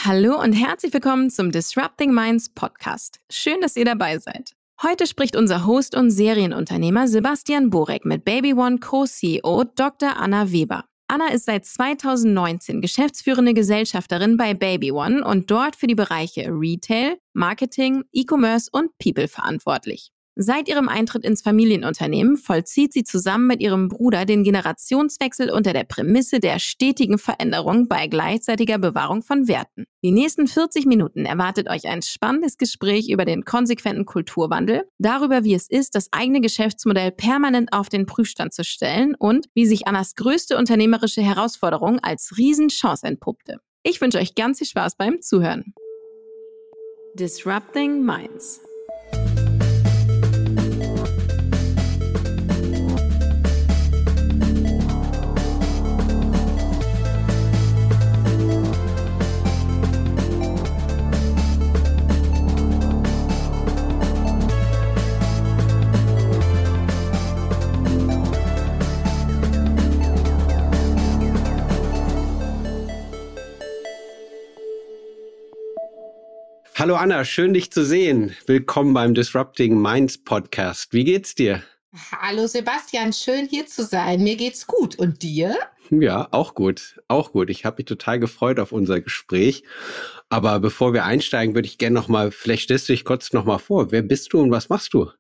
Hallo und herzlich willkommen zum Disrupting Minds Podcast. Schön, dass ihr dabei seid. Heute spricht unser Host und Serienunternehmer Sebastian Borek mit Baby One Co-CEO Dr. Anna Weber. Anna ist seit 2019 geschäftsführende Gesellschafterin bei Baby One und dort für die Bereiche Retail, Marketing, E-Commerce und People verantwortlich. Seit ihrem Eintritt ins Familienunternehmen vollzieht sie zusammen mit ihrem Bruder den Generationswechsel unter der Prämisse der stetigen Veränderung bei gleichzeitiger Bewahrung von Werten. Die nächsten 40 Minuten erwartet euch ein spannendes Gespräch über den konsequenten Kulturwandel, darüber, wie es ist, das eigene Geschäftsmodell permanent auf den Prüfstand zu stellen und wie sich Annas größte unternehmerische Herausforderung als Riesenchance entpuppte. Ich wünsche euch ganz viel Spaß beim Zuhören. Disrupting Minds. Hallo Anna, schön dich zu sehen. Willkommen beim Disrupting Minds Podcast. Wie geht's dir? Hallo Sebastian, schön hier zu sein. Mir geht's gut. Und dir? Ja, auch gut, auch gut. Ich habe mich total gefreut auf unser Gespräch. Aber bevor wir einsteigen, würde ich gerne nochmal, vielleicht stellst du dich kurz nochmal vor. Wer bist du und was machst du?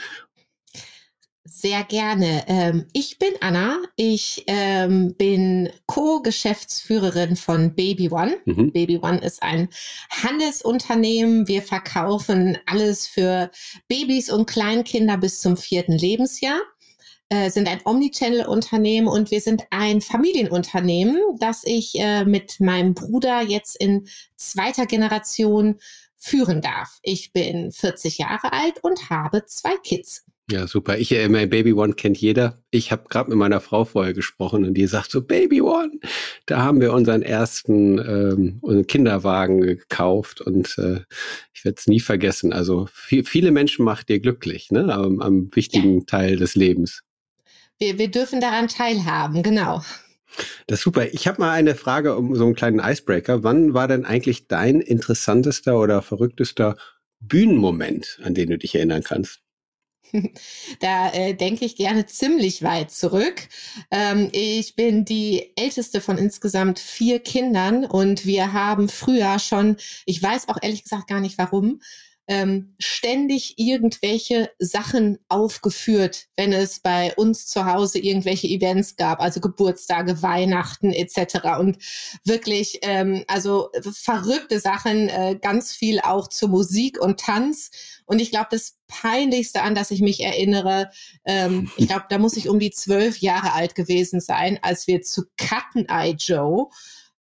Sehr gerne. Ich bin Anna. Ich bin Co-Geschäftsführerin von Baby One. Baby One ist ein Handelsunternehmen. Wir verkaufen alles für Babys und Kleinkinder bis zum 4. Lebensjahr. Sind ein Omnichannel-Unternehmen und wir sind ein Familienunternehmen, das ich mit meinem Bruder jetzt in 2. Generation führen darf. Ich bin 40 Jahre alt und habe 2 Kids. Ja, super. Mein Baby One kennt jeder. Ich habe gerade mit meiner Frau vorher gesprochen und die sagt so, Baby One, da haben wir unseren ersten Kinderwagen gekauft und ich werde es nie vergessen. Also viele Menschen macht dir glücklich, ne? Am wichtigen Teil des Lebens. Wir dürfen daran teilhaben, genau. Das ist super. Ich habe mal eine Frage um so einen kleinen Icebreaker. Wann war denn eigentlich dein interessantester oder verrücktester Bühnenmoment, an den du dich erinnern kannst? Da denke ich gerne ziemlich weit zurück. Ich bin die älteste von insgesamt 4 Kindern und wir haben früher schon, ich weiß auch ehrlich gesagt gar nicht warum, ständig irgendwelche Sachen aufgeführt, wenn es bei uns zu Hause irgendwelche Events gab, also Geburtstage, Weihnachten etc. Und wirklich, also verrückte Sachen, ganz viel auch zu Musik und Tanz. Und ich glaube, das Peinlichste, an das ich mich erinnere, ich glaube, da muss ich um die 12 Jahre alt gewesen sein, als wir zu Cut-n-Eye Joe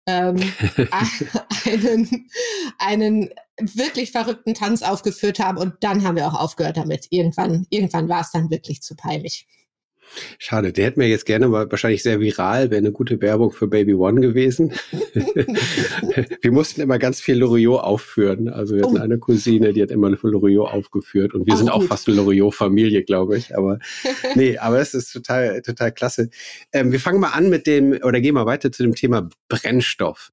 einen wirklich verrückten Tanz aufgeführt haben und dann haben wir auch aufgehört damit. Irgendwann war es dann wirklich zu peinlich. Schade, der hätte mir jetzt gerne mal, wahrscheinlich sehr viral, wäre eine gute Werbung für Baby One gewesen. Wir mussten immer ganz viel Loriot aufführen. Also wir hatten eine Cousine, die hat immer Loriot aufgeführt und wir sind auch fast eine Loriot-Familie, glaube ich. Aber nee, aber es ist total, total klasse. Wir fangen mal an gehen mal weiter zu dem Thema Brennstoff.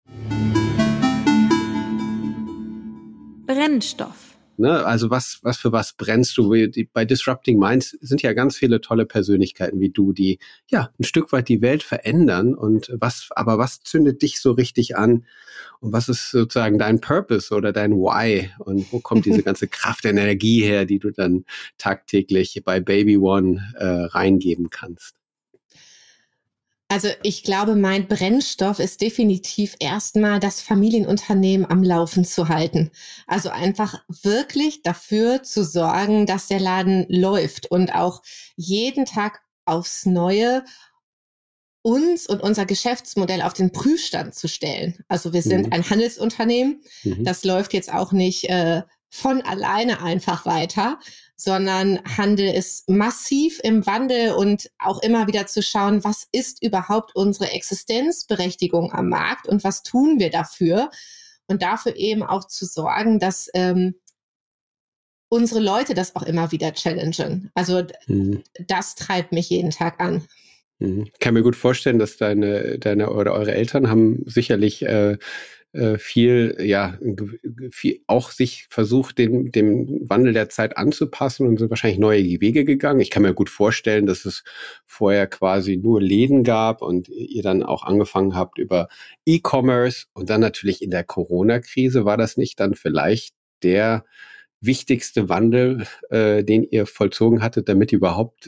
Brennstoff. Ne, also was für was brennst du? Bei Disrupting Minds sind ja ganz viele tolle Persönlichkeiten wie du, die ja ein Stück weit die Welt verändern. Und was zündet dich so richtig an? Und was ist sozusagen dein Purpose oder dein Why? Und wo kommt diese ganze Kraft und Energie her, die du dann tagtäglich bei Baby One reingeben kannst? Also ich glaube, mein Brennstoff ist definitiv erstmal das Familienunternehmen am Laufen zu halten. Also einfach wirklich dafür zu sorgen, dass der Laden läuft und auch jeden Tag aufs Neue uns und unser Geschäftsmodell auf den Prüfstand zu stellen. Also wir sind ein Handelsunternehmen. Das läuft jetzt auch nicht von alleine einfach weiter, sondern Handel ist massiv im Wandel und auch immer wieder zu schauen, was ist überhaupt unsere Existenzberechtigung am Markt und was tun wir dafür? Und dafür eben auch zu sorgen, dass unsere Leute das auch immer wieder challengen. Also das treibt mich jeden Tag an. Ich kann mir gut vorstellen, dass deine oder eure Eltern haben sicherlich viel auch sich versucht, dem Wandel der Zeit anzupassen und sind wahrscheinlich neue Wege gegangen. Ich kann mir gut vorstellen, dass es vorher quasi nur Läden gab und ihr dann auch angefangen habt über E-Commerce und dann natürlich in der Corona-Krise. War das nicht dann vielleicht der wichtigste Wandel, den ihr vollzogen hattet, damit ihr überhaupt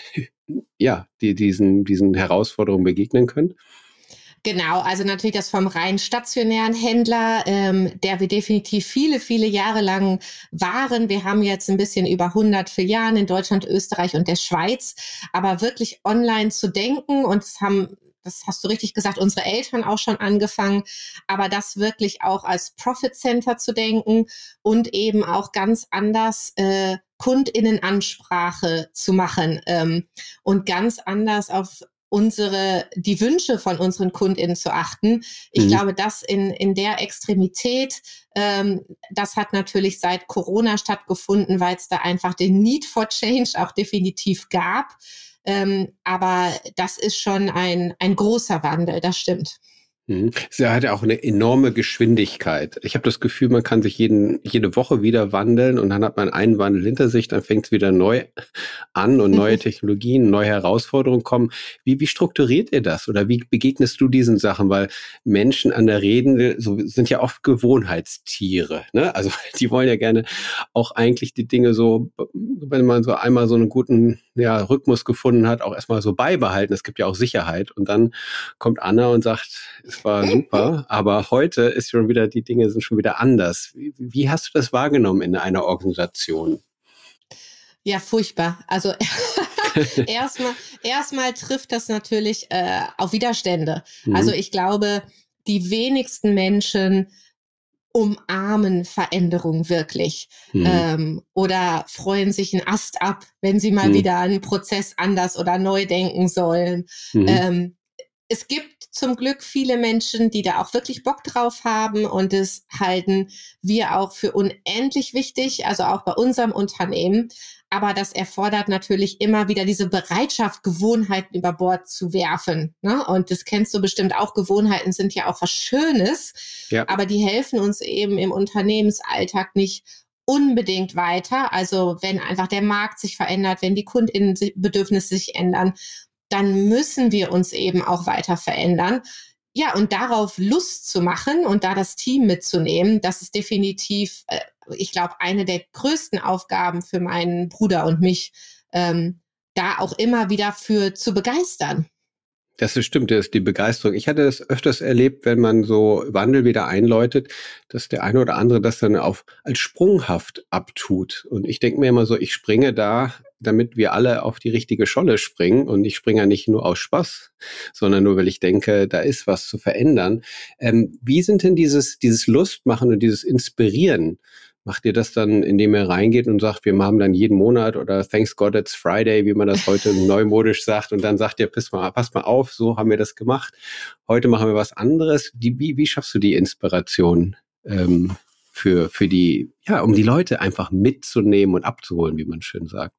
diesen Herausforderungen begegnen könnt? Genau, also natürlich das vom rein stationären Händler, der wir definitiv viele, viele Jahre lang waren. Wir haben jetzt ein bisschen über 100 Filialen in Deutschland, Österreich und der Schweiz, aber wirklich online zu denken und das hast du richtig gesagt, unsere Eltern auch schon angefangen, aber das wirklich auch als Profit Center zu denken und eben auch ganz anders KundInnenansprache zu machen und ganz anders auf die Wünsche von unseren KundInnen zu achten. Ich glaube, das in der Extremität, das hat natürlich seit Corona stattgefunden, weil es da einfach den Need for Change auch definitiv gab. Aber das ist schon ein großer Wandel, das stimmt. Es hat ja auch eine enorme Geschwindigkeit. Ich habe das Gefühl, man kann sich jede Woche wieder wandeln und dann hat man einen Wandel hinter sich, dann fängt es wieder neu an und neue Technologien, neue Herausforderungen kommen. Wie strukturiert ihr das oder wie begegnest du diesen Sachen? Weil Menschen an der Rede sind ja oft Gewohnheitstiere, ne? Also die wollen ja gerne auch eigentlich die Dinge so, wenn man so einmal so einen guten Rhythmus gefunden hat, auch erstmal so beibehalten. Es gibt ja auch Sicherheit und dann kommt Anna und sagt, es war super, aber heute ist schon wieder, die Dinge sind schon wieder anders. Wie hast du das wahrgenommen in einer Organisation? Ja, furchtbar. Also erstmal trifft das natürlich auf Widerstände. Also ich glaube, die wenigsten Menschen umarmen Veränderung wirklich oder freuen sich einen Ast ab, wenn sie mal wieder einen Prozess anders oder neu denken sollen. Es gibt zum Glück viele Menschen, die da auch wirklich Bock drauf haben und das halten wir auch für unendlich wichtig, also auch bei unserem Unternehmen. Aber das erfordert natürlich immer wieder diese Bereitschaft, Gewohnheiten über Bord zu werfen, ne? Und das kennst du bestimmt auch. Gewohnheiten sind ja auch was Schönes, aber die helfen uns eben im Unternehmensalltag nicht unbedingt weiter. Also wenn einfach der Markt sich verändert, wenn die KundInnenbedürfnisse sich ändern, dann müssen wir uns eben auch weiter verändern. Ja, und darauf Lust zu machen und da das Team mitzunehmen, das ist definitiv, ich glaube, eine der größten Aufgaben für meinen Bruder und mich, da auch immer wieder für zu begeistern. Das stimmt, das ist die Begeisterung. Ich hatte das öfters erlebt, wenn man so Wandel wieder einläutet, dass der eine oder andere das dann als sprunghaft abtut. Und ich denke mir immer so, ich springe da, damit wir alle auf die richtige Scholle springen. Und ich springe ja nicht nur aus Spaß, sondern nur, weil ich denke, da ist was zu verändern. Wie sind denn dieses Lustmachen und dieses Inspirieren? Macht ihr das dann, indem ihr reingeht und sagt, wir haben dann jeden Monat oder Thanks God it's Friday, wie man das heute neumodisch sagt, und dann sagt ihr, passt mal auf, so haben wir das gemacht. Heute machen wir was anderes. Wie schaffst du die Inspiration für die, um die Leute einfach mitzunehmen und abzuholen, wie man schön sagt?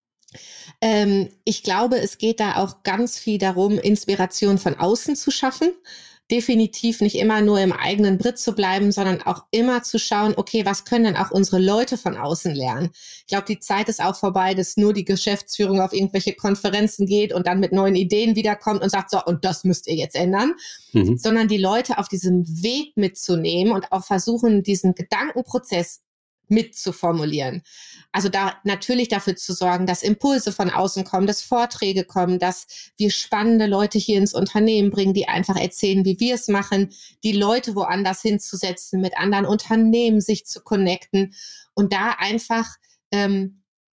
Ich glaube, es geht da auch ganz viel darum, Inspiration von außen zu schaffen. Definitiv nicht immer nur im eigenen Brit zu bleiben, sondern auch immer zu schauen, okay, was können denn auch unsere Leute von außen lernen? Ich glaube, die Zeit ist auch vorbei, dass nur die Geschäftsführung auf irgendwelche Konferenzen geht und dann mit neuen Ideen wiederkommt und sagt, so, und das müsst ihr jetzt ändern. Sondern die Leute auf diesem Weg mitzunehmen und auch versuchen, diesen Gedankenprozess mitzuformulieren. Also da natürlich dafür zu sorgen, dass Impulse von außen kommen, dass Vorträge kommen, dass wir spannende Leute hier ins Unternehmen bringen, die einfach erzählen, wie wir es machen, die Leute woanders hinzusetzen, mit anderen Unternehmen sich zu connecten und da einfach eine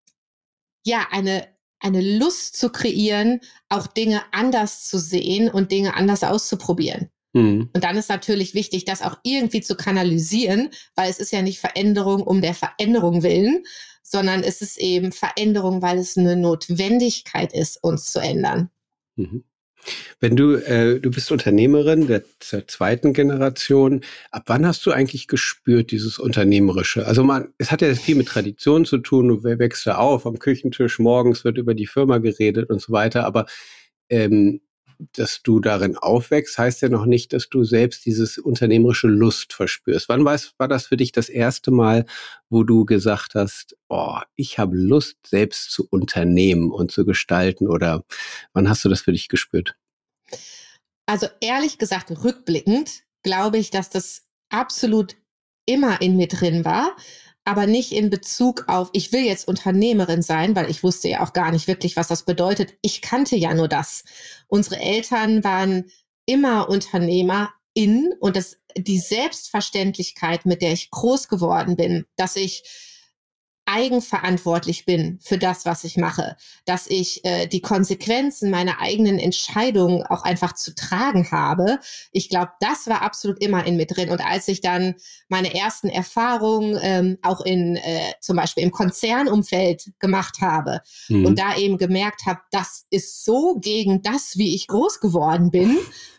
Lust zu kreieren, auch Dinge anders zu sehen und Dinge anders auszuprobieren. Und dann ist natürlich wichtig, das auch irgendwie zu kanalisieren, weil es ist ja nicht Veränderung um der Veränderung willen, sondern es ist eben Veränderung, weil es eine Notwendigkeit ist, uns zu ändern. Wenn du bist Unternehmerin der zweiten Generation, ab wann hast du eigentlich gespürt, dieses Unternehmerische? Also es hat ja viel mit Tradition zu tun, du wächst da auf, am Küchentisch morgens wird über die Firma geredet und so weiter, aber dass du darin aufwächst, heißt ja noch nicht, dass du selbst dieses unternehmerische Lust verspürst. Wann war das für dich das erste Mal, wo du gesagt hast, oh, ich habe Lust, selbst zu unternehmen und zu gestalten? Oder wann hast du das für dich gespürt? Also ehrlich gesagt, rückblickend glaube ich, dass das absolut immer in mir drin war, aber nicht in Bezug auf, ich will jetzt Unternehmerin sein, weil ich wusste ja auch gar nicht wirklich, was das bedeutet. Ich kannte ja nur das. Unsere Eltern waren immer UnternehmerInnen und die Selbstverständlichkeit, mit der ich groß geworden bin, dass ich eigenverantwortlich bin für das, was ich mache, dass ich die Konsequenzen meiner eigenen Entscheidungen auch einfach zu tragen habe. Ich glaube, das war absolut immer in mir drin. Und als ich dann meine ersten Erfahrungen auch zum Beispiel im Konzernumfeld gemacht habe und da eben gemerkt habe, das ist so gegen das, wie ich groß geworden bin,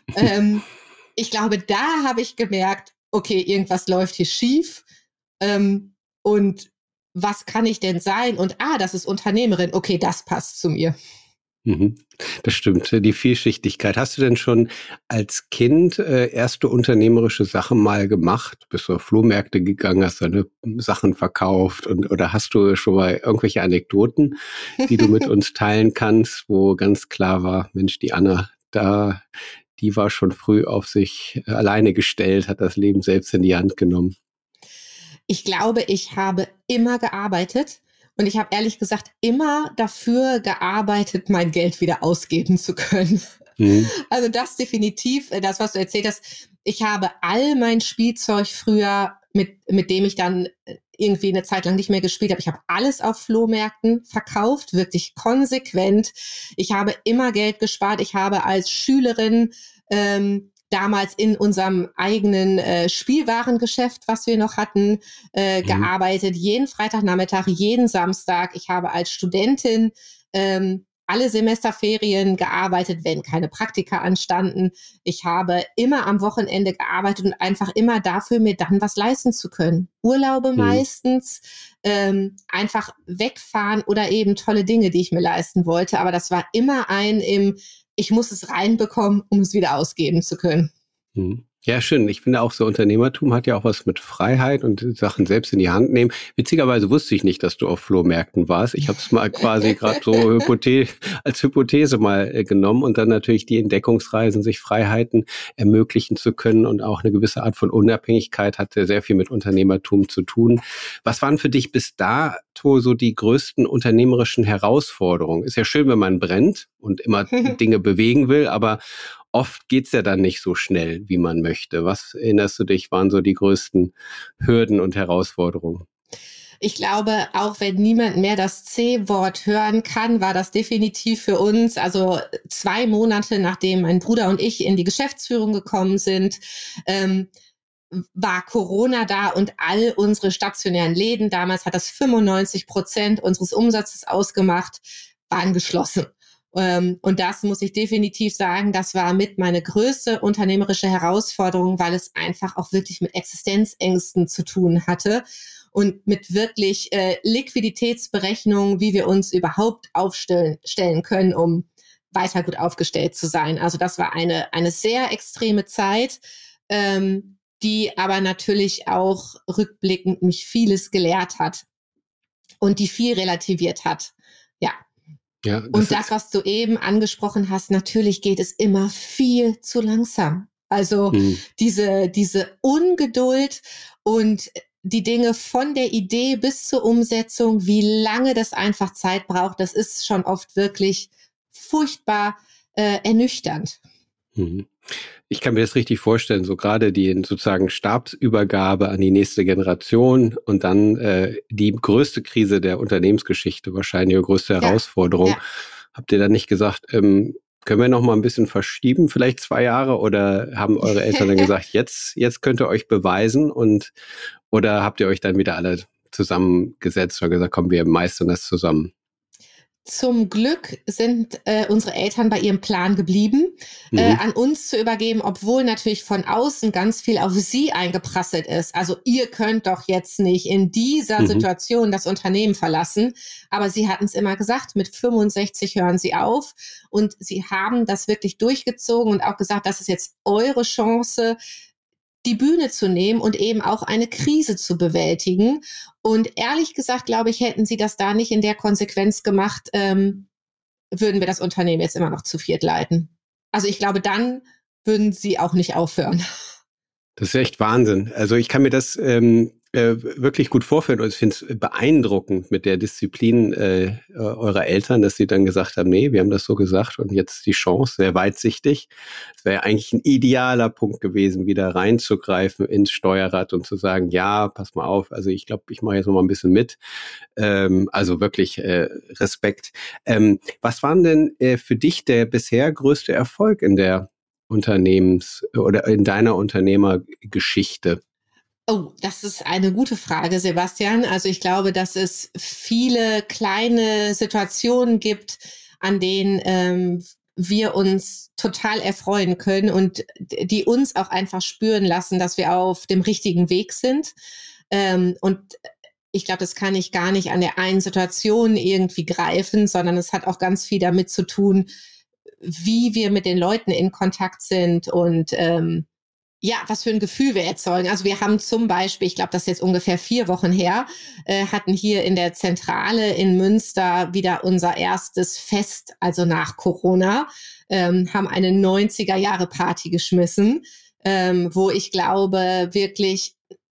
ich glaube, da habe ich gemerkt, okay, irgendwas läuft hier schief und was kann ich denn sein? Und das ist Unternehmerin. Okay, das passt zu mir. Das stimmt, die Vielschichtigkeit. Hast du denn schon als Kind erste unternehmerische Sachen mal gemacht? Bist du auf Flohmärkte gegangen, hast deine Sachen verkauft oder hast du schon mal irgendwelche Anekdoten, die du mit uns teilen kannst, wo ganz klar war, Mensch, die Anna, die war schon früh auf sich alleine gestellt, hat das Leben selbst in die Hand genommen? Ich glaube, ich habe immer gearbeitet und ich habe ehrlich gesagt immer dafür gearbeitet, mein Geld wieder ausgeben zu können. Also das definitiv, das, was du erzählt hast. Ich habe all mein Spielzeug früher, mit dem ich dann irgendwie eine Zeit lang nicht mehr gespielt habe. Ich habe alles auf Flohmärkten verkauft, wirklich konsequent. Ich habe immer Geld gespart. Ich habe als Schülerin damals in unserem eigenen Spielwarengeschäft, was wir noch hatten, gearbeitet. Jeden Freitagnachmittag, jeden Samstag. Ich habe als Studentin alle Semesterferien gearbeitet, wenn keine Praktika anstanden. Ich habe immer am Wochenende gearbeitet und einfach immer dafür, mir dann was leisten zu können. Urlaube meistens, einfach wegfahren oder eben tolle Dinge, die ich mir leisten wollte. Aber das war immer ich muss es reinbekommen, um es wieder ausgeben zu können. Ja, schön. Ich finde auch so, Unternehmertum hat ja auch was mit Freiheit und Sachen selbst in die Hand nehmen. Witzigerweise wusste ich nicht, dass du auf Flohmärkten warst. Ich habe es mal quasi gerade so als Hypothese mal genommen und dann natürlich die Entdeckungsreisen, sich Freiheiten ermöglichen zu können und auch eine gewisse Art von Unabhängigkeit hatte sehr viel mit Unternehmertum zu tun. Was waren für dich bis dato so die größten unternehmerischen Herausforderungen? Ist ja schön, wenn man brennt und immer Dinge bewegen will, aber oft geht's ja dann nicht so schnell, wie man möchte. Was erinnerst du dich, waren so die größten Hürden und Herausforderungen? Ich glaube, auch wenn niemand mehr das C-Wort hören kann, war das definitiv für uns, also 2 Monate nachdem mein Bruder und ich in die Geschäftsführung gekommen sind, war Corona da und all unsere stationären Läden, damals hat das 95% unseres Umsatzes ausgemacht, waren geschlossen. Und das muss ich definitiv sagen, das war mit meine größte unternehmerische Herausforderung, weil es einfach auch wirklich mit Existenzängsten zu tun hatte und mit wirklich Liquiditätsberechnungen, wie wir uns überhaupt stellen können, um weiter gut aufgestellt zu sein. Also das war eine sehr extreme Zeit, die aber natürlich auch rückblickend mich vieles gelehrt hat und die viel relativiert hat. Ja. Ja, und das, was du eben angesprochen hast, natürlich geht es immer viel zu langsam. Also diese Ungeduld und die Dinge von der Idee bis zur Umsetzung, wie lange das einfach Zeit braucht, das ist schon oft wirklich furchtbar ernüchternd. Ich kann mir das richtig vorstellen, so gerade die sozusagen Stabsübergabe an die nächste Generation und dann die größte Krise der Unternehmensgeschichte, wahrscheinlich die größte Herausforderung. Ja. Habt ihr dann nicht gesagt, können wir noch mal ein bisschen verschieben, vielleicht 2 Jahre, oder haben eure Eltern dann gesagt, jetzt könnt ihr euch beweisen, oder habt ihr euch dann wieder alle zusammengesetzt und gesagt, komm, wir meistern das zusammen? Zum Glück sind unsere Eltern bei ihrem Plan geblieben, an uns zu übergeben, obwohl natürlich von außen ganz viel auf sie eingeprasselt ist. Also ihr könnt doch jetzt nicht in dieser Situation das Unternehmen verlassen. Aber sie hatten es immer gesagt, mit 65 hören sie auf. Und sie haben das wirklich durchgezogen und auch gesagt, das ist jetzt eure Chance, die Bühne zu nehmen und eben auch eine Krise zu bewältigen. Und ehrlich gesagt, glaube ich, hätten sie das da nicht in der Konsequenz gemacht, würden wir das Unternehmen jetzt immer noch zu viert leiten. Also ich glaube, dann würden sie auch nicht aufhören. Das ist echt Wahnsinn. Also ich kann mir das wirklich gut vorstellen und ich finde es beeindruckend mit der Disziplin eurer Eltern, dass sie dann gesagt haben, nee, wir haben das so gesagt und jetzt die Chance, sehr weitsichtig. Es wäre ja eigentlich ein idealer Punkt gewesen, wieder reinzugreifen ins Steuerrad und zu sagen, ja, pass mal auf, also ich glaube, ich mache jetzt noch mal ein bisschen mit. Also wirklich Respekt. Was war denn für dich der bisher größte Erfolg in der oder in deiner Unternehmergeschichte? Oh, das ist eine gute Frage, Sebastian. Also ich glaube, dass es viele kleine Situationen gibt, an denen wir uns total erfreuen können und die uns auch einfach spüren lassen, dass wir auf dem richtigen Weg sind. Und ich glaube, das kann ich gar nicht an der einen Situation irgendwie greifen, sondern es hat auch ganz viel damit zu tun, wie wir mit den Leuten in Kontakt sind und ja, was für ein Gefühl wir erzeugen. Also wir haben zum Beispiel, ich glaube, das ist jetzt ungefähr 4 Wochen her, hatten hier in der Zentrale in Münster wieder unser erstes Fest, also nach Corona, haben eine 90er-Jahre-Party geschmissen, wo ich glaube, wirklich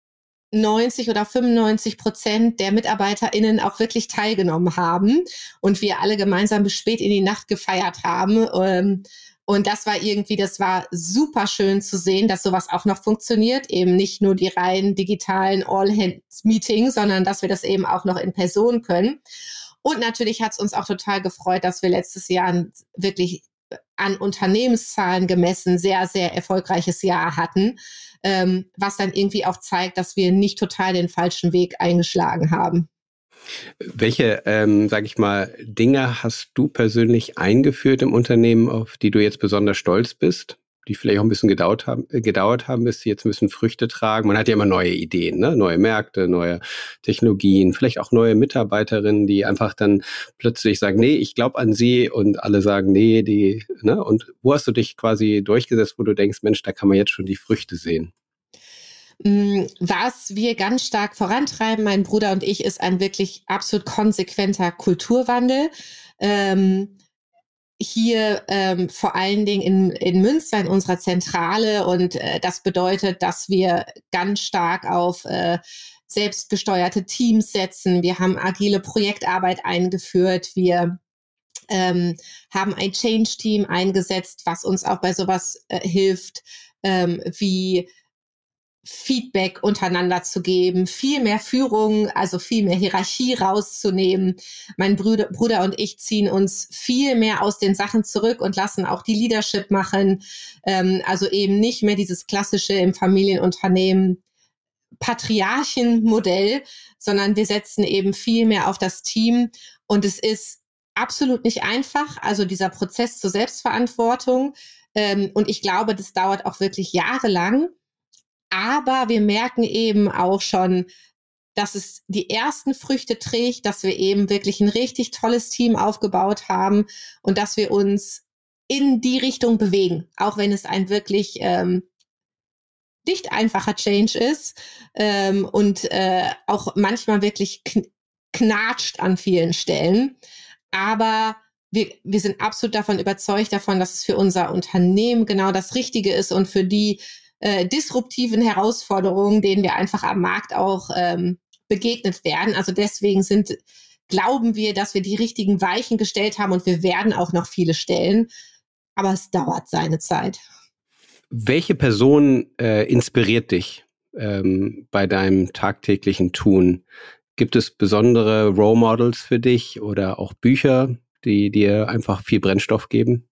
90 oder 95% der MitarbeiterInnen auch wirklich teilgenommen haben und wir alle gemeinsam bis spät in die Nacht gefeiert haben. Und das war super schön zu sehen, dass sowas auch noch funktioniert. Eben nicht nur die rein digitalen All-Hands-Meetings, sondern dass wir das eben auch noch in Person können. Und natürlich hat es uns auch total gefreut, dass wir letztes Jahr wirklich an Unternehmenszahlen gemessen sehr, sehr erfolgreiches Jahr hatten, was dann irgendwie auch zeigt, dass wir nicht total den falschen Weg eingeschlagen haben. Welche, sag ich mal, Dinge hast du persönlich eingeführt im Unternehmen, auf die du jetzt besonders stolz bist, die vielleicht auch ein bisschen gedauert haben, bis sie jetzt ein bisschen Früchte tragen? Man hat ja immer neue Ideen, ne? Neue Märkte, neue Technologien, vielleicht auch neue Mitarbeiterinnen, die einfach dann plötzlich sagen, nee, ich glaube an sie und alle sagen, nee, ne? Und wo hast du dich quasi durchgesetzt, wo du denkst, Mensch, da kann man jetzt schon die Früchte sehen? Was wir ganz stark vorantreiben, mein Bruder und ich, ist ein wirklich absolut konsequenter Kulturwandel. Hier vor allen Dingen in Münster, in unserer Zentrale. Und das bedeutet, dass wir ganz stark auf selbstgesteuerte Teams setzen. Wir haben agile Projektarbeit eingeführt. Wir haben ein Change-Team eingesetzt, was uns auch bei sowas hilft, wie Feedback untereinander zu geben, viel mehr Führung, also viel mehr Hierarchie rauszunehmen. Mein Bruder und ich ziehen uns viel mehr aus den Sachen zurück und lassen auch die Leadership machen. Also eben nicht mehr dieses klassische im Familienunternehmen Patriarchenmodell, sondern wir setzen eben viel mehr auf das Team. Und es ist absolut nicht einfach, also dieser Prozess zur Selbstverantwortung. Und ich glaube, das dauert auch wirklich jahrelang. Aber wir merken eben auch schon, dass es die ersten Früchte trägt, dass wir eben wirklich ein richtig tolles Team aufgebaut haben und dass wir uns in die Richtung bewegen, auch wenn es ein wirklich nicht einfacher Change ist und auch manchmal wirklich knatscht an vielen Stellen. Aber wir sind absolut davon überzeugt, dass es für unser Unternehmen genau das Richtige ist und für die disruptiven Herausforderungen, denen wir einfach am Markt auch begegnet werden. Also deswegen glauben wir, dass wir die richtigen Weichen gestellt haben und wir werden auch noch viele stellen. Aber es dauert seine Zeit. Welche Person inspiriert dich bei deinem tagtäglichen Tun? Gibt es besondere Role Models für dich oder auch Bücher, die dir einfach viel Brennstoff geben?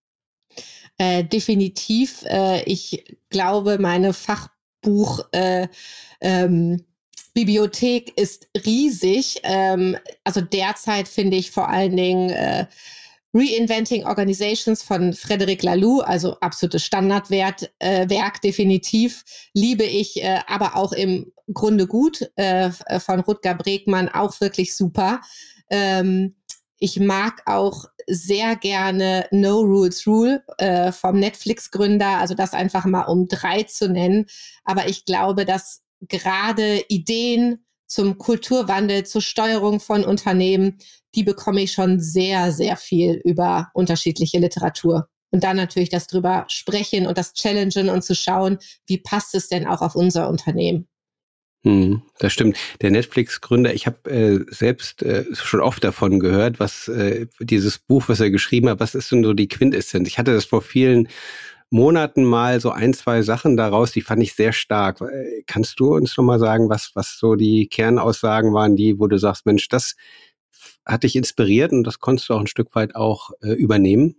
Definitiv. Ich glaube, meine Fachbuch Bibliothek ist riesig. Also derzeit finde ich vor allen Dingen Reinventing Organizations von Frederic Laloux, also absolutes Standardwerk, definitiv, liebe ich, aber auch im Grunde gut, von Rutger Bregmann auch wirklich super. Ich mag auch sehr gerne No Rules Rule vom Netflix-Gründer, also das einfach mal um 3 zu nennen. Aber ich glaube, dass gerade Ideen zum Kulturwandel, zur Steuerung von Unternehmen, die bekomme ich schon sehr, sehr viel über unterschiedliche Literatur. Und dann natürlich das drüber sprechen und das challengen und zu schauen, wie passt es denn auch auf unser Unternehmen. Das stimmt. Der Netflix-Gründer, ich habe selbst schon oft davon gehört, was dieses Buch, was er geschrieben hat, was ist denn so die Quintessenz? Ich hatte das vor vielen Monaten mal so 1, 2 Sachen daraus, die fand ich sehr stark. Kannst du uns nochmal sagen, was so die Kernaussagen waren, wo du sagst, Mensch, das hat dich inspiriert und das konntest du auch ein Stück weit auch übernehmen?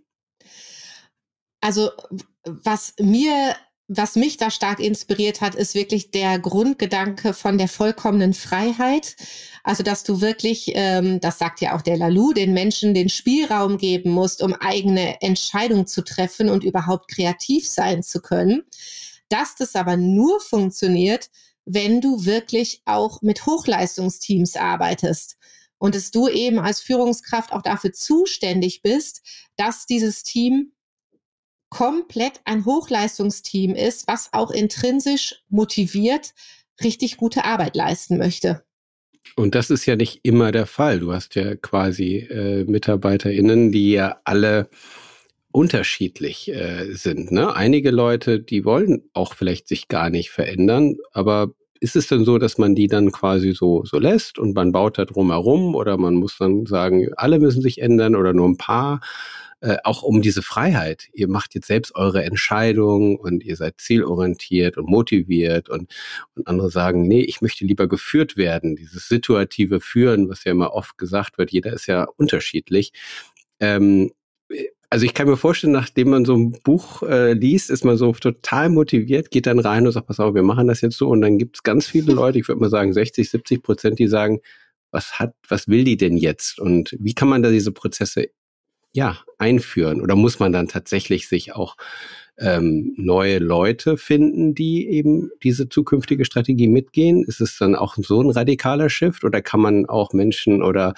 Also was mich da stark inspiriert hat, ist wirklich der Grundgedanke von der vollkommenen Freiheit. Also, dass du wirklich, das sagt ja auch der Laloux, den Menschen den Spielraum geben musst, um eigene Entscheidungen zu treffen und überhaupt kreativ sein zu können. Dass das aber nur funktioniert, wenn du wirklich auch mit Hochleistungsteams arbeitest. Und dass du eben als Führungskraft auch dafür zuständig bist, dass dieses Team komplett ein Hochleistungsteam ist, was auch intrinsisch motiviert richtig gute Arbeit leisten möchte. Und das ist ja nicht immer der Fall. Du hast ja quasi MitarbeiterInnen, die ja alle unterschiedlich sind. Ne? Einige Leute, die wollen auch vielleicht sich gar nicht verändern, aber ist es denn so, dass man die dann quasi so lässt und man baut da drum herum oder man muss dann sagen, alle müssen sich ändern oder nur ein paar? Auch um diese Freiheit. Ihr macht jetzt selbst eure Entscheidungen und ihr seid zielorientiert und motiviert und andere sagen, nee, ich möchte lieber geführt werden. Dieses situative Führen, was ja immer oft gesagt wird, jeder ist ja unterschiedlich. Also ich kann mir vorstellen, nachdem man so ein Buch liest, ist man so total motiviert, geht dann rein und sagt, pass auf, wir machen das jetzt so. Und dann gibt es ganz viele Leute, ich würde mal sagen 60-70%, die sagen, was will die denn jetzt? Und wie kann man da diese Prozesse einführen? Oder muss man dann tatsächlich sich auch neue Leute finden, die eben diese zukünftige Strategie mitgehen? Ist es dann auch so ein radikaler Shift oder kann man auch Menschen oder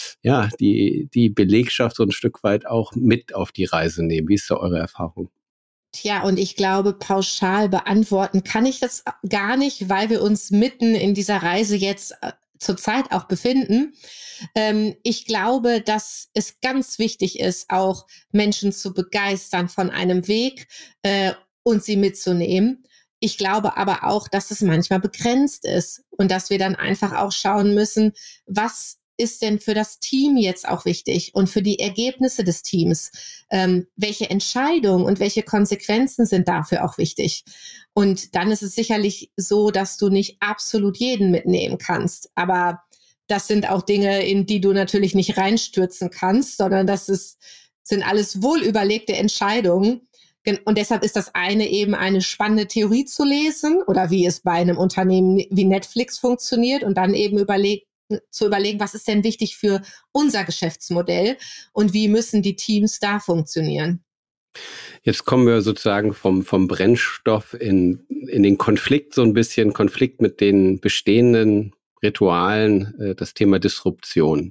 die Belegschaft so ein Stück weit auch mit auf die Reise nehmen? Wie ist da eure Erfahrung? Tja, und ich glaube, pauschal beantworten kann ich das gar nicht, weil wir uns mitten in dieser Reise jetzt zurzeit auch befinden. Ich glaube, dass es ganz wichtig ist, auch Menschen zu begeistern von einem Weg und sie mitzunehmen. Ich glaube aber auch, dass es manchmal begrenzt ist und dass wir dann einfach auch schauen müssen, was ist denn für das Team jetzt auch wichtig und für die Ergebnisse des Teams? Welche Entscheidungen und welche Konsequenzen sind dafür auch wichtig? Und dann ist es sicherlich so, dass du nicht absolut jeden mitnehmen kannst. Aber das sind auch Dinge, in die du natürlich nicht reinstürzen kannst, sondern sind alles wohlüberlegte Entscheidungen. Und deshalb ist das eine eben eine spannende Theorie zu lesen oder wie es bei einem Unternehmen wie Netflix funktioniert und dann eben zu überlegen, was ist denn wichtig für unser Geschäftsmodell und wie müssen die Teams da funktionieren. Jetzt kommen wir sozusagen vom Brennstoff in den Konflikt, so ein bisschen Konflikt mit den bestehenden Ritualen, das Thema Disruption.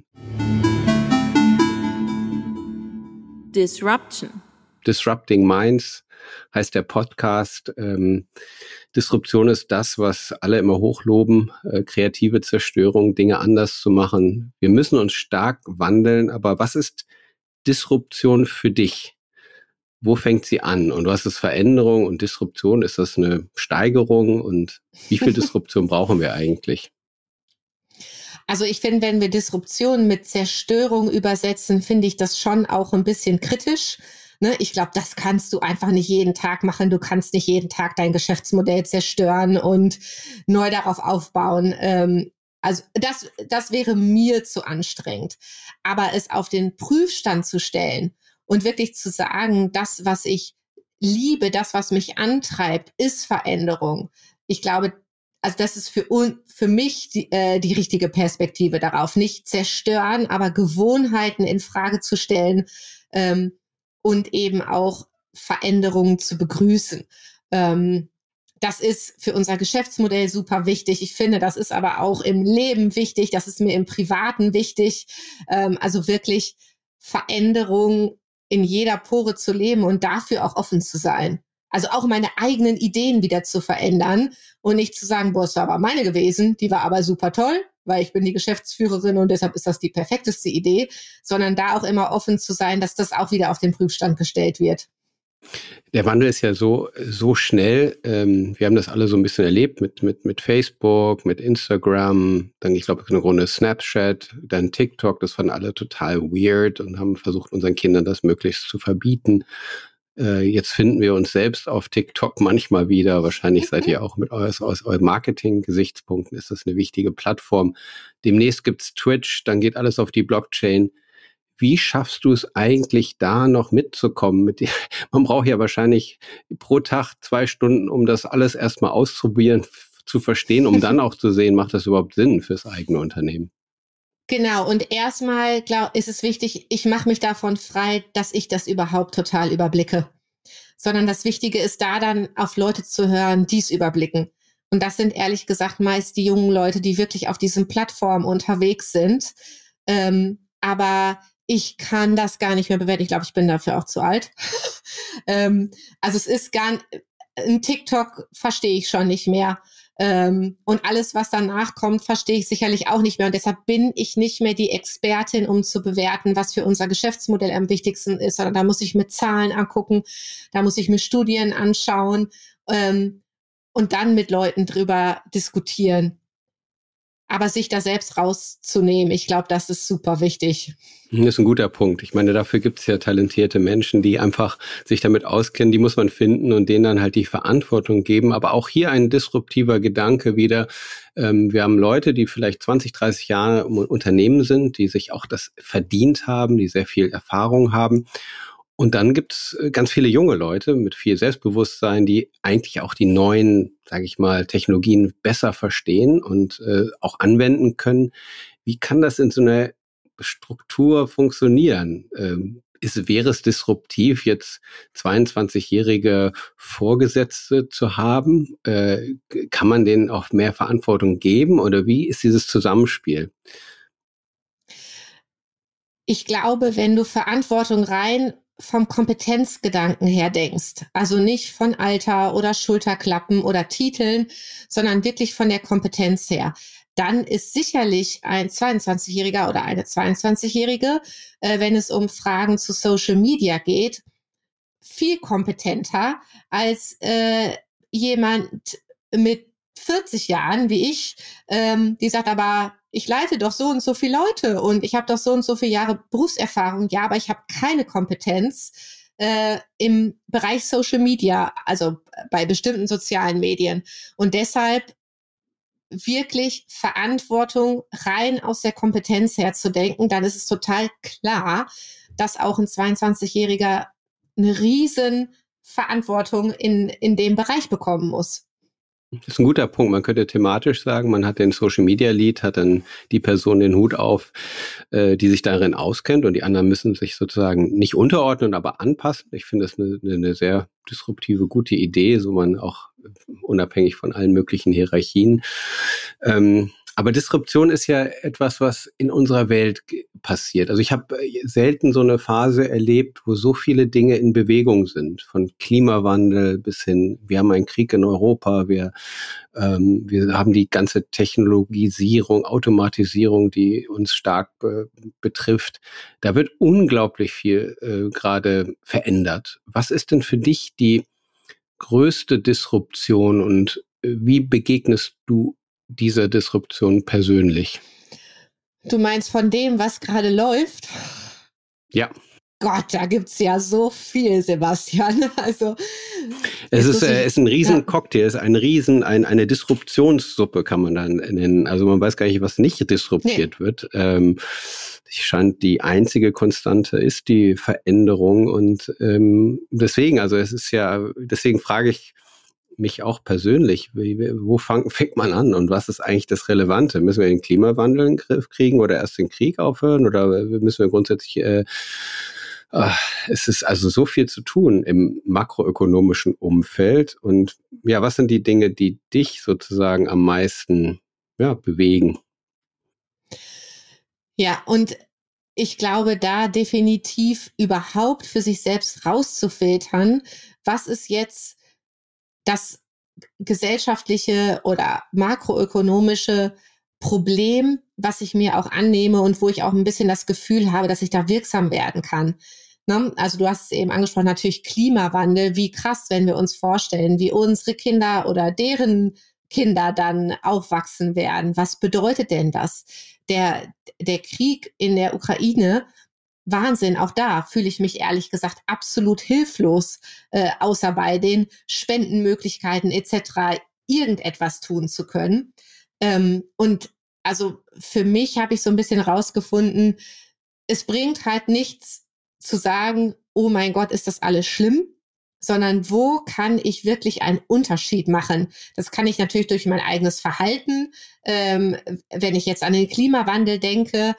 Disrupting Minds heißt der Podcast. Disruption ist das, was alle immer hochloben, kreative Zerstörung, Dinge anders zu machen. Wir müssen uns stark wandeln, aber was ist Disruption für dich? Wo fängt sie an? Und du hast es Veränderung und Disruption. Ist das eine Steigerung? Und wie viel Disruption brauchen wir eigentlich? Also ich finde, wenn wir Disruption mit Zerstörung übersetzen, finde ich das schon auch ein bisschen kritisch. Ne? Ich glaube, das kannst du einfach nicht jeden Tag machen. Du kannst nicht jeden Tag dein Geschäftsmodell zerstören und neu darauf aufbauen. Also das wäre mir zu anstrengend. Aber es auf den Prüfstand zu stellen und wirklich zu sagen, das, was ich liebe, das, was mich antreibt, ist Veränderung. Ich glaube, also das ist für mich die richtige Perspektive darauf. Nicht zerstören, aber Gewohnheiten in Frage zu stellen und eben auch Veränderungen zu begrüßen. Das ist für unser Geschäftsmodell super wichtig. Ich finde, das ist aber auch im Leben wichtig. Das ist mir im Privaten wichtig. Also wirklich Veränderungen in jeder Pore zu leben und dafür auch offen zu sein. Also auch meine eigenen Ideen wieder zu verändern und nicht zu sagen, boah, es war aber meine gewesen, die war aber super toll, weil ich bin die Geschäftsführerin und deshalb ist das die perfekteste Idee, sondern da auch immer offen zu sein, dass das auch wieder auf den Prüfstand gestellt wird. Der Wandel ist ja so schnell. Wir haben das alle so ein bisschen erlebt mit Facebook, mit Instagram, dann, ich glaube, eine Runde Snapchat, dann TikTok. Das fanden alle total weird und haben versucht, unseren Kindern das möglichst zu verbieten. Jetzt finden wir uns selbst auf TikTok manchmal wieder. Wahrscheinlich seid ihr auch aus euren Marketing-Gesichtspunkten ist das eine wichtige Plattform. Demnächst gibt's Twitch, dann geht alles auf die Blockchain. Wie schaffst du es eigentlich, da noch mitzukommen? Man braucht ja wahrscheinlich pro Tag 2 Stunden, um das alles erstmal auszuprobieren, zu verstehen, um dann auch zu sehen, macht das überhaupt Sinn fürs eigene Unternehmen? Genau, und erstmal ist es wichtig, ich mache mich davon frei, dass ich das überhaupt total überblicke. Sondern das Wichtige ist da dann auf Leute zu hören, die es überblicken. Und das sind ehrlich gesagt meist die jungen Leute, die wirklich auf diesen Plattformen unterwegs sind. Aber ich kann das gar nicht mehr bewerten. Ich glaube, ich bin dafür auch zu alt. Also es ist ein TikTok verstehe ich schon nicht mehr. Und alles, was danach kommt, verstehe ich sicherlich auch nicht mehr. Und deshalb bin ich nicht mehr die Expertin, um zu bewerten, was für unser Geschäftsmodell am wichtigsten ist, sondern da muss ich mir Zahlen angucken, da muss ich mir Studien anschauen und dann mit Leuten drüber diskutieren. Aber sich da selbst rauszunehmen, ich glaube, das ist super wichtig. Das ist ein guter Punkt. Ich meine, dafür gibt es ja talentierte Menschen, die einfach sich damit auskennen, die muss man finden und denen dann halt die Verantwortung geben. Aber auch hier ein disruptiver Gedanke wieder. Wir haben Leute, die vielleicht 20, 30 Jahre im Unternehmen sind, die sich auch das verdient haben, die sehr viel Erfahrung haben. Und dann gibt's ganz viele junge Leute mit viel Selbstbewusstsein, die eigentlich auch die neuen, sage ich mal, Technologien besser verstehen und auch anwenden können. Wie kann das in so einer Struktur funktionieren? Wäre es disruptiv, jetzt 22-jährige Vorgesetzte zu haben? Kann man denen auch mehr Verantwortung geben oder wie ist dieses Zusammenspiel? Ich glaube, wenn du Verantwortung rein vom Kompetenzgedanken her denkst, also nicht von Alter oder Schulterklappen oder Titeln, sondern wirklich von der Kompetenz her, dann ist sicherlich ein 22-Jähriger oder eine 22-Jährige, wenn es um Fragen zu Social Media geht, viel kompetenter als jemand mit 40 Jahren wie ich, die sagt aber, ich leite doch so und so viele Leute und ich habe doch so und so viele Jahre Berufserfahrung. Ja, aber ich habe keine Kompetenz im Bereich Social Media, also bei bestimmten sozialen Medien. Und deshalb wirklich Verantwortung rein aus der Kompetenz her zu denken, dann ist es total klar, dass auch ein 22-Jähriger eine riesen Verantwortung in dem Bereich bekommen muss. Das ist ein guter Punkt. Man könnte thematisch sagen, man hat den Social Media Lead, hat dann die Person den Hut auf, die sich darin auskennt und die anderen müssen sich sozusagen nicht unterordnen, aber anpassen. Ich finde das eine sehr disruptive, gute Idee, so man auch unabhängig von allen möglichen Hierarchien. Aber Disruption ist ja etwas, was in unserer Welt passiert. Also ich habe selten so eine Phase erlebt, wo so viele Dinge in Bewegung sind. Von Klimawandel bis hin, wir haben einen Krieg in Europa, wir haben die ganze Technologisierung, Automatisierung, die uns stark betrifft. Da wird unglaublich viel gerade verändert. Was ist denn für dich die größte Disruption und wie begegnest du dieser Disruption persönlich? Du meinst von dem, was gerade läuft? Ja. Gott, da gibt's ja so viel, Sebastian. Also es ist ein Riesencocktail, es ist eine Disruptionssuppe, kann man dann nennen. Also man weiß gar nicht, was nicht disruptiert wird. Scheint die einzige Konstante ist die Veränderung und deswegen frage ich, mich auch persönlich. Wo fängt man an und was ist eigentlich das Relevante? Müssen wir den Klimawandel in den Griff kriegen oder erst den Krieg aufhören oder müssen wir grundsätzlich es ist also so viel zu tun im makroökonomischen Umfeld. Und ja, was sind die Dinge, die dich sozusagen am meisten bewegen? Ja, und ich glaube, da definitiv überhaupt für sich selbst rauszufiltern, was ist jetzt das gesellschaftliche oder makroökonomische Problem, was ich mir auch annehme und wo ich auch ein bisschen das Gefühl habe, dass ich da wirksam werden kann. Ne? Also du hast es eben angesprochen, natürlich Klimawandel. Wie krass, wenn wir uns vorstellen, wie unsere Kinder oder deren Kinder dann aufwachsen werden. Was bedeutet denn das? Der Krieg in der Ukraine, Wahnsinn, auch da fühle ich mich ehrlich gesagt absolut hilflos, außer bei den Spendenmöglichkeiten etc. irgendetwas tun zu können. Und also für mich habe ich so ein bisschen rausgefunden, es bringt halt nichts zu sagen, oh mein Gott, ist das alles schlimm, sondern wo kann ich wirklich einen Unterschied machen? Das kann ich natürlich durch mein eigenes Verhalten, wenn ich jetzt an den Klimawandel denke,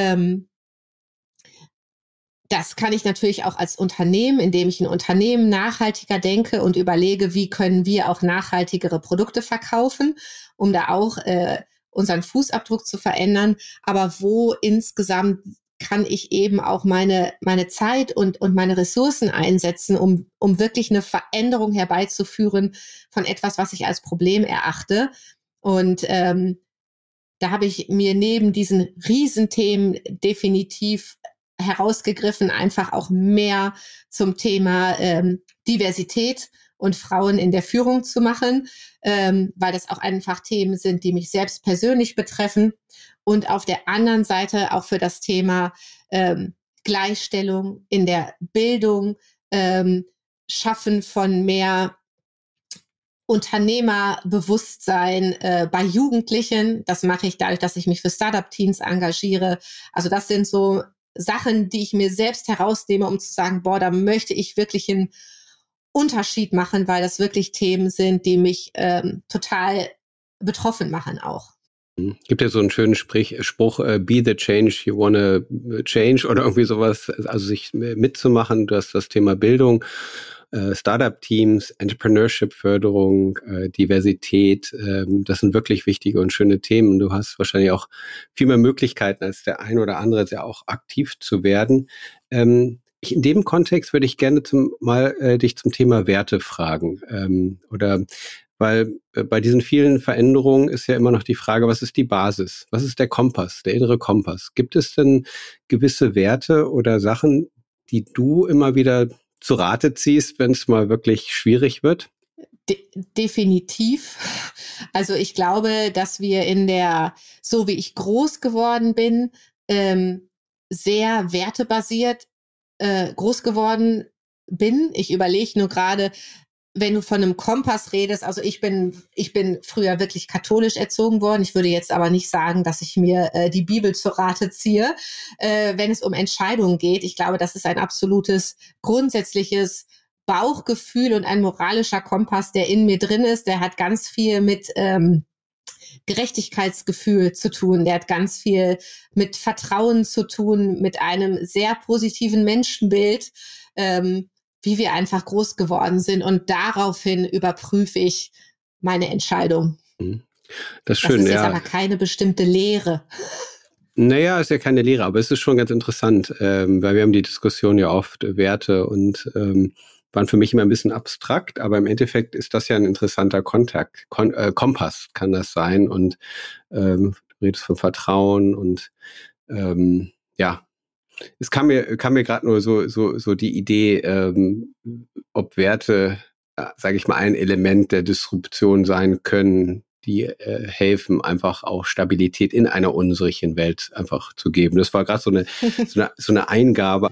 das kann ich natürlich auch als Unternehmen, indem ich ein Unternehmen nachhaltiger denke und überlege, wie können wir auch nachhaltigere Produkte verkaufen, um da auch unseren Fußabdruck zu verändern. Aber wo insgesamt kann ich eben auch meine Zeit und meine Ressourcen einsetzen, um wirklich eine Veränderung herbeizuführen von etwas, was ich als Problem erachte. Und da habe ich mir neben diesen Riesenthemen definitiv herausgegriffen, einfach auch mehr zum Thema Diversität und Frauen in der Führung zu machen, weil das auch einfach Themen sind, die mich selbst persönlich betreffen. Und auf der anderen Seite auch für das Thema Gleichstellung in der Bildung, Schaffen von mehr Unternehmerbewusstsein bei Jugendlichen. Das mache ich dadurch, dass ich mich für Startup-Teams engagiere. Also das sind so Sachen, die ich mir selbst herausnehme, um zu sagen, boah, da möchte ich wirklich einen Unterschied machen, weil das wirklich Themen sind, die mich total betroffen machen auch. Gibt ja so einen schönen Spruch, be the change you wanna change oder irgendwie sowas, also sich mitzumachen. Du hast das Thema Bildung, Startup-Teams, Entrepreneurship-Förderung, Diversität, das sind wirklich wichtige und schöne Themen. Du hast wahrscheinlich auch viel mehr Möglichkeiten als der ein oder andere, ja auch aktiv zu werden. In dem Kontext würde ich gerne dich zum Thema Werte fragen, weil bei diesen vielen Veränderungen ist ja immer noch die Frage, was ist die Basis? Was ist der Kompass, der innere Kompass? Gibt es denn gewisse Werte oder Sachen, die du immer wieder zu Rate ziehst, wenn es mal wirklich schwierig wird? Definitiv. Also ich glaube, dass wir so wie ich groß geworden bin, sehr wertebasiert groß geworden bin. Ich überlege nur gerade, wenn du von einem Kompass redest, also ich bin früher wirklich katholisch erzogen worden. Ich würde jetzt aber nicht sagen, dass ich mir die Bibel zur Rate ziehe, wenn es um Entscheidungen geht. Ich glaube, das ist ein absolutes, grundsätzliches Bauchgefühl und ein moralischer Kompass, der in mir drin ist. Der hat ganz viel mit Gerechtigkeitsgefühl zu tun. Der hat ganz viel mit Vertrauen zu tun, mit einem sehr positiven Menschenbild, wie wir einfach groß geworden sind. Und daraufhin überprüfe ich meine Entscheidung. Das ist schön, das ist jetzt aber keine bestimmte Lehre. Naja, ist ja keine Lehre, aber es ist schon ganz interessant, weil wir haben die Diskussion ja oft, Werte und waren für mich immer ein bisschen abstrakt, aber im Endeffekt ist das ja ein interessanter Kompass kann das sein und du redest von Vertrauen und ja, es kam mir gerade nur so die Idee, ob Werte, sage ich mal, ein Element der Disruption sein können, die helfen, einfach auch Stabilität in einer unsicheren Welt einfach zu geben. Das war gerade so eine Eingabe.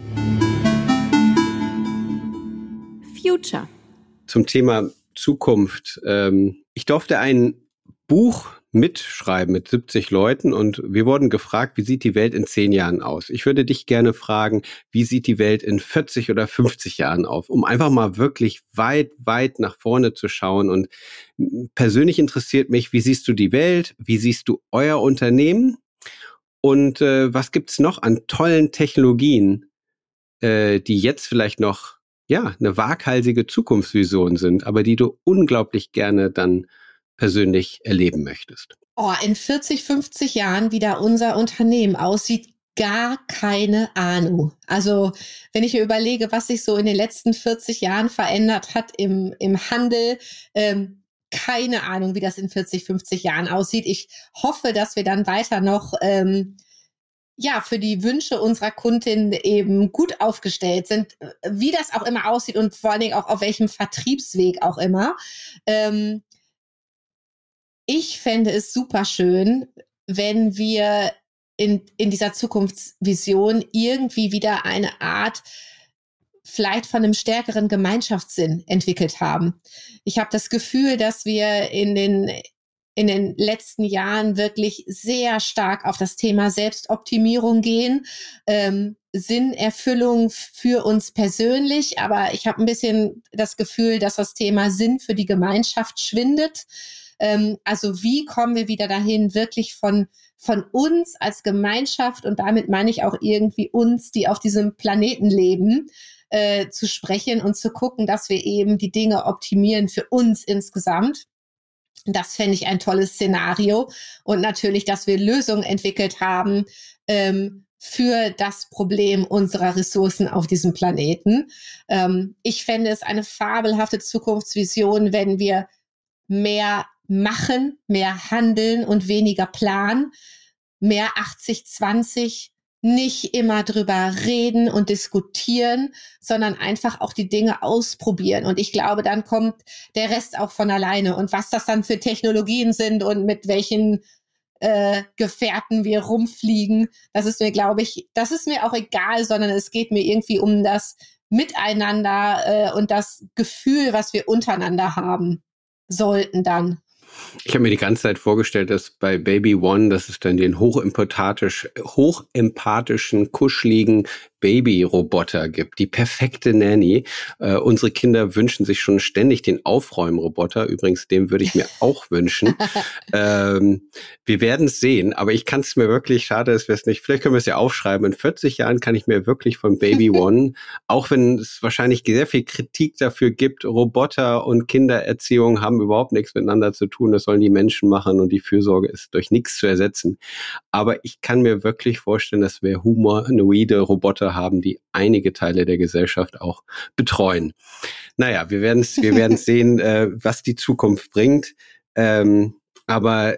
Future. Zum Thema Zukunft. Ich durfte ein Buch mitschreiben mit 70 Leuten und wir wurden gefragt, wie sieht die Welt in 10 Jahren aus? Ich würde dich gerne fragen, wie sieht die Welt in 40 oder 50 Jahren aus? Um einfach mal wirklich weit, weit nach vorne zu schauen. Und persönlich interessiert mich, wie siehst du die Welt? Wie siehst du euer Unternehmen? Und was gibt's noch an tollen Technologien, die jetzt vielleicht noch eine waghalsige Zukunftsvision sind, aber die du unglaublich gerne dann persönlich erleben möchtest? Oh, in 40, 50 Jahren, wie da unser Unternehmen aussieht, gar keine Ahnung. Also wenn ich mir überlege, was sich so in den letzten 40 Jahren verändert hat im Handel, keine Ahnung, wie das in 40, 50 Jahren aussieht. Ich hoffe, dass wir dann weiter noch für die Wünsche unserer Kundin eben gut aufgestellt sind, wie das auch immer aussieht und vor allen Dingen auch auf welchem Vertriebsweg auch immer. Ich fände es super schön, wenn wir in dieser Zukunftsvision irgendwie wieder eine Art vielleicht von einem stärkeren Gemeinschaftssinn entwickelt haben. Ich habe das Gefühl, dass wir in den letzten Jahren wirklich sehr stark auf das Thema Selbstoptimierung gehen, Sinnerfüllung für uns persönlich, aber ich habe ein bisschen das Gefühl, dass das Thema Sinn für die Gemeinschaft schwindet. Also wie kommen wir wieder dahin, wirklich von uns als Gemeinschaft, und damit meine ich auch irgendwie uns, die auf diesem Planeten leben, zu sprechen und zu gucken, dass wir eben die Dinge optimieren für uns insgesamt. Das fände ich ein tolles Szenario. Und natürlich, dass wir Lösungen entwickelt haben für das Problem unserer Ressourcen auf diesem Planeten. Ich fände es eine fabelhafte Zukunftsvision, wenn wir mehr machen, mehr handeln und weniger planen, mehr 80-20, nicht immer drüber reden und diskutieren, sondern einfach auch die Dinge ausprobieren. Und ich glaube, dann kommt der Rest auch von alleine. Und was das dann für Technologien sind und mit welchen Gefährten wir rumfliegen, das ist mir, glaube ich, das ist mir auch egal, sondern es geht mir irgendwie um das Miteinander und das Gefühl, was wir untereinander haben sollten dann. Ich habe mir die ganze Zeit vorgestellt, dass bei Baby One, dass es dann den hochempathischen, kuscheligen Baby-Roboter gibt, die perfekte Nanny. Unsere Kinder wünschen sich schon ständig den Aufräumroboter. Übrigens, den würde ich mir auch wünschen. Wir werden es sehen, aber ich kann es mir wirklich, schade, dass wir es nicht, vielleicht können wir es ja aufschreiben, in 40 Jahren kann ich mir wirklich von Baby One, auch wenn es wahrscheinlich sehr viel Kritik dafür gibt, Roboter und Kindererziehung haben überhaupt nichts miteinander zu tun, das sollen die Menschen machen und die Fürsorge ist durch nichts zu ersetzen. Aber ich kann mir wirklich vorstellen, dass wir humanoide Roboter haben, die einige Teile der Gesellschaft auch betreuen. Naja, wir werden es sehen, was die Zukunft bringt. Aber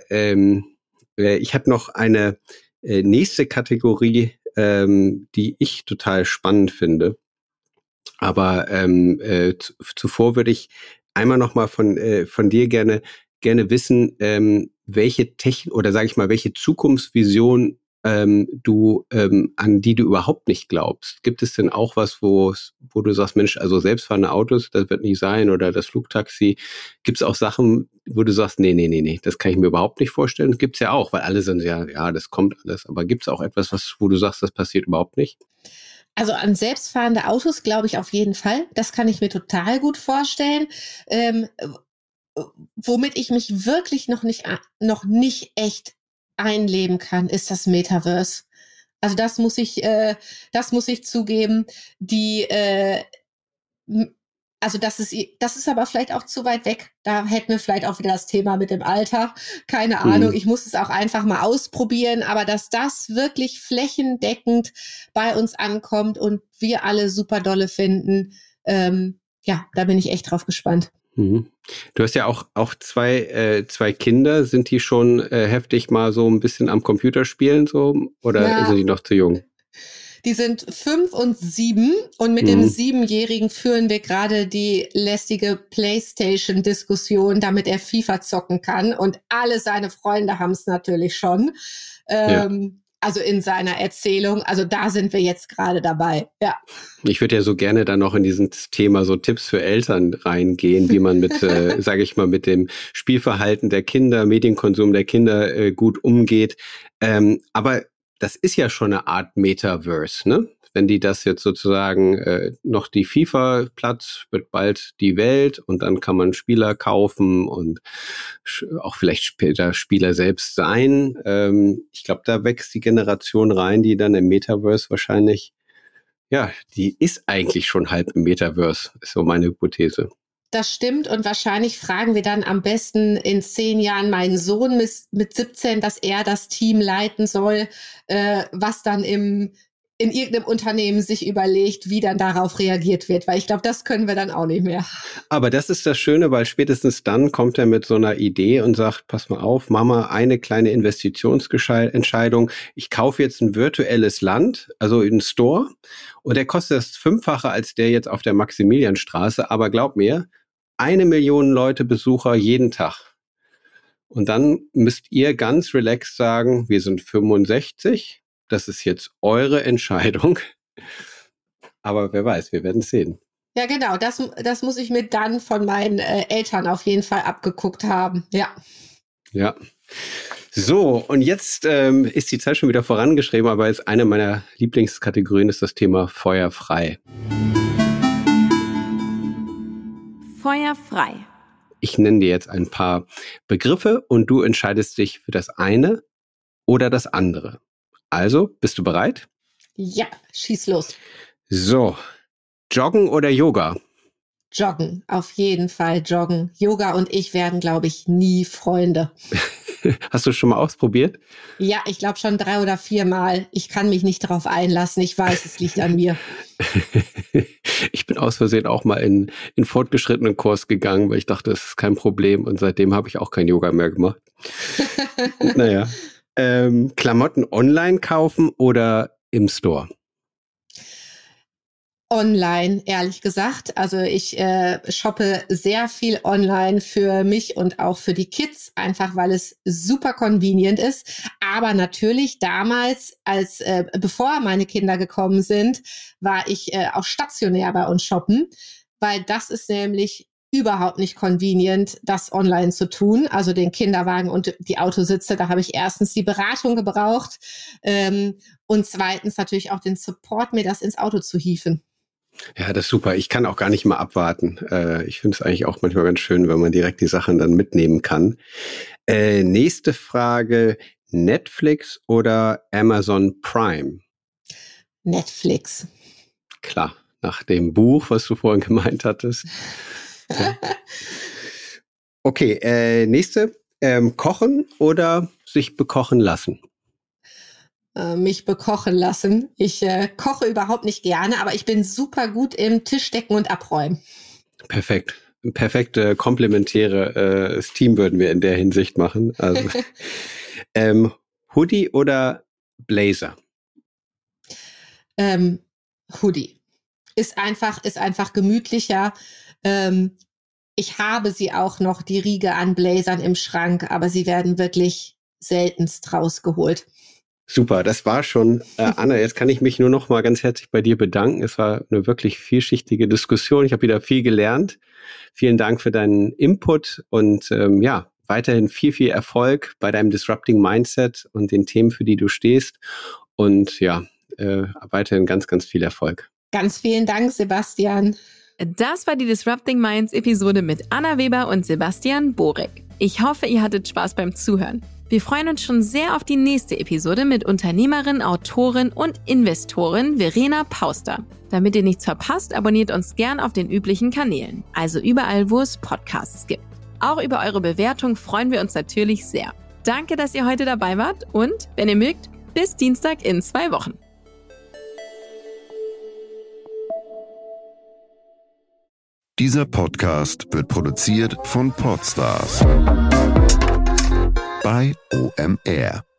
ich habe noch eine nächste Kategorie, die ich total spannend finde. Aber zuvor würde ich einmal noch mal von dir gerne wissen, welche welche Zukunftsvision du an die du überhaupt nicht glaubst. Gibt es denn auch was, wo du sagst, Mensch, also selbstfahrende Autos, das wird nicht sein, oder das Flugtaxi? Gibt es auch Sachen, wo du sagst, nee, das kann ich mir überhaupt nicht vorstellen? Gibt's ja auch, weil alle sind ja, das kommt alles. Aber gibt es auch etwas, wo du sagst, das passiert überhaupt nicht? Also an selbstfahrende Autos glaube ich auf jeden Fall. Das kann ich mir total gut vorstellen. Womit ich mich wirklich noch nicht echt einleben kann, ist das Metaverse. Also das muss ich zugeben. Also das ist aber vielleicht auch zu weit weg. Da hätten wir vielleicht auch wieder das Thema mit dem Alter. Keine Ahnung. Ich muss es auch einfach mal ausprobieren. Aber dass das wirklich flächendeckend bei uns ankommt und wir alle super dolle finden, da bin ich echt drauf gespannt. Du hast ja auch zwei Kinder. Sind die schon heftig mal so ein bisschen am Computerspielen so, oder sind die noch zu jung? Die sind 5 und 7 und mit dem 7-Jährigen führen wir gerade die lästige PlayStation-Diskussion, damit er FIFA zocken kann. Und alle seine Freunde haben es natürlich schon. also in seiner Erzählung. Also da sind wir jetzt gerade dabei, ja. Ich würde ja so gerne dann noch in dieses Thema so Tipps für Eltern reingehen, wie man mit, sage ich mal, mit dem Spielverhalten der Kinder, Medienkonsum der Kinder gut umgeht. Aber das ist ja schon eine Art Metaverse, ne? Wenn die das jetzt sozusagen noch die FIFA-Platz wird bald die Welt und dann kann man Spieler kaufen und auch vielleicht später Spieler selbst sein. Ich glaube, da wächst die Generation rein, die dann im Metaverse wahrscheinlich, ja, die ist eigentlich schon halb im Metaverse, ist so meine Hypothese. Das stimmt und wahrscheinlich fragen wir dann am besten in 10 Jahren meinen Sohn mit 17, dass er das Team leiten soll, was dann in irgendeinem Unternehmen sich überlegt, wie dann darauf reagiert wird, weil ich glaube, das können wir dann auch nicht mehr. Aber das ist das Schöne, weil spätestens dann kommt er mit so einer Idee und sagt, pass mal auf, Mama, eine kleine Investitionsentscheidung. Ich kaufe jetzt ein virtuelles Land, also einen Store, und der kostet das 5-fache als der jetzt auf der Maximilianstraße, aber glaub mir, 1 Million Leute Besucher jeden Tag. Und dann müsst ihr ganz relaxed sagen, wir sind 65, das ist jetzt eure Entscheidung. Aber wer weiß, wir werden es sehen. Ja, genau, das muss ich mir dann von meinen Eltern auf jeden Fall abgeguckt haben, ja. Ja. So, und jetzt ist die Zeit schon wieder vorangeschrieben, aber jetzt eine meiner Lieblingskategorien ist das Thema feuerfrei. Feuerfrei. Ich nenne dir jetzt ein paar Begriffe und du entscheidest dich für das eine oder das andere. Also, bist du bereit? Ja, schieß los. So, Joggen oder Yoga? Joggen, auf jeden Fall joggen. Yoga und ich werden, glaube ich, nie Freunde. Hast du schon mal ausprobiert? Ja, ich glaube schon 3 oder 4 Mal. Ich kann mich nicht darauf einlassen. Ich weiß, es liegt an mir. Ich bin aus Versehen auch mal in fortgeschrittenen Kurs gegangen, weil ich dachte, das ist kein Problem. Und seitdem habe ich auch kein Yoga mehr gemacht. Naja. Klamotten online kaufen oder im Store? Online, ehrlich gesagt. Also ich shoppe sehr viel online für mich und auch für die Kids, einfach weil es super convenient ist. Aber natürlich damals, bevor meine Kinder gekommen sind, war ich auch stationär bei uns shoppen, weil das ist nämlich überhaupt nicht convenient, das online zu tun. Also den Kinderwagen und die Autositze, da habe ich erstens die Beratung gebraucht und zweitens natürlich auch den Support, mir das ins Auto zu hieven. Ja, das ist super. Ich kann auch gar nicht mal abwarten. Ich finde es eigentlich auch manchmal ganz schön, wenn man direkt die Sachen dann mitnehmen kann. Nächste Frage, Netflix oder Amazon Prime? Netflix. Klar, nach dem Buch, was du vorhin gemeint hattest. Ja. Okay, nächste, kochen oder sich bekochen lassen? Mich bekochen lassen. Ich koche überhaupt nicht gerne, aber ich bin super gut im Tischdecken und Abräumen. Perfekt. Perfekte, komplementäre Team würden wir in der Hinsicht machen. Also, Hoodie oder Blazer? Hoodie. Ist einfach gemütlicher. Ich habe sie auch noch, die Riege an Blazern im Schrank, aber sie werden wirklich seltenst rausgeholt. Super, das war schon. Anna, jetzt kann ich mich nur noch mal ganz herzlich bei dir bedanken. Es war eine wirklich vielschichtige Diskussion. Ich habe wieder viel gelernt. Vielen Dank für deinen Input und ja, weiterhin viel Erfolg bei deinem Disrupting Mindset und den Themen, für die du stehst. Und ja, weiterhin ganz viel Erfolg. Ganz vielen Dank, Sebastian. Das war die Disrupting Minds Episode mit Anna Weber und Sebastian Borek. Ich hoffe, ihr hattet Spaß beim Zuhören. Wir freuen uns schon sehr auf die nächste Episode mit Unternehmerin, Autorin und Investorin Verena Pauster. Damit ihr nichts verpasst, abonniert uns gern auf den üblichen Kanälen, also überall, wo es Podcasts gibt. Auch über eure Bewertung freuen wir uns natürlich sehr. Danke, dass ihr heute dabei wart und, wenn ihr mögt, bis Dienstag in 2 Wochen. Dieser Podcast wird produziert von Podstars bei OMR.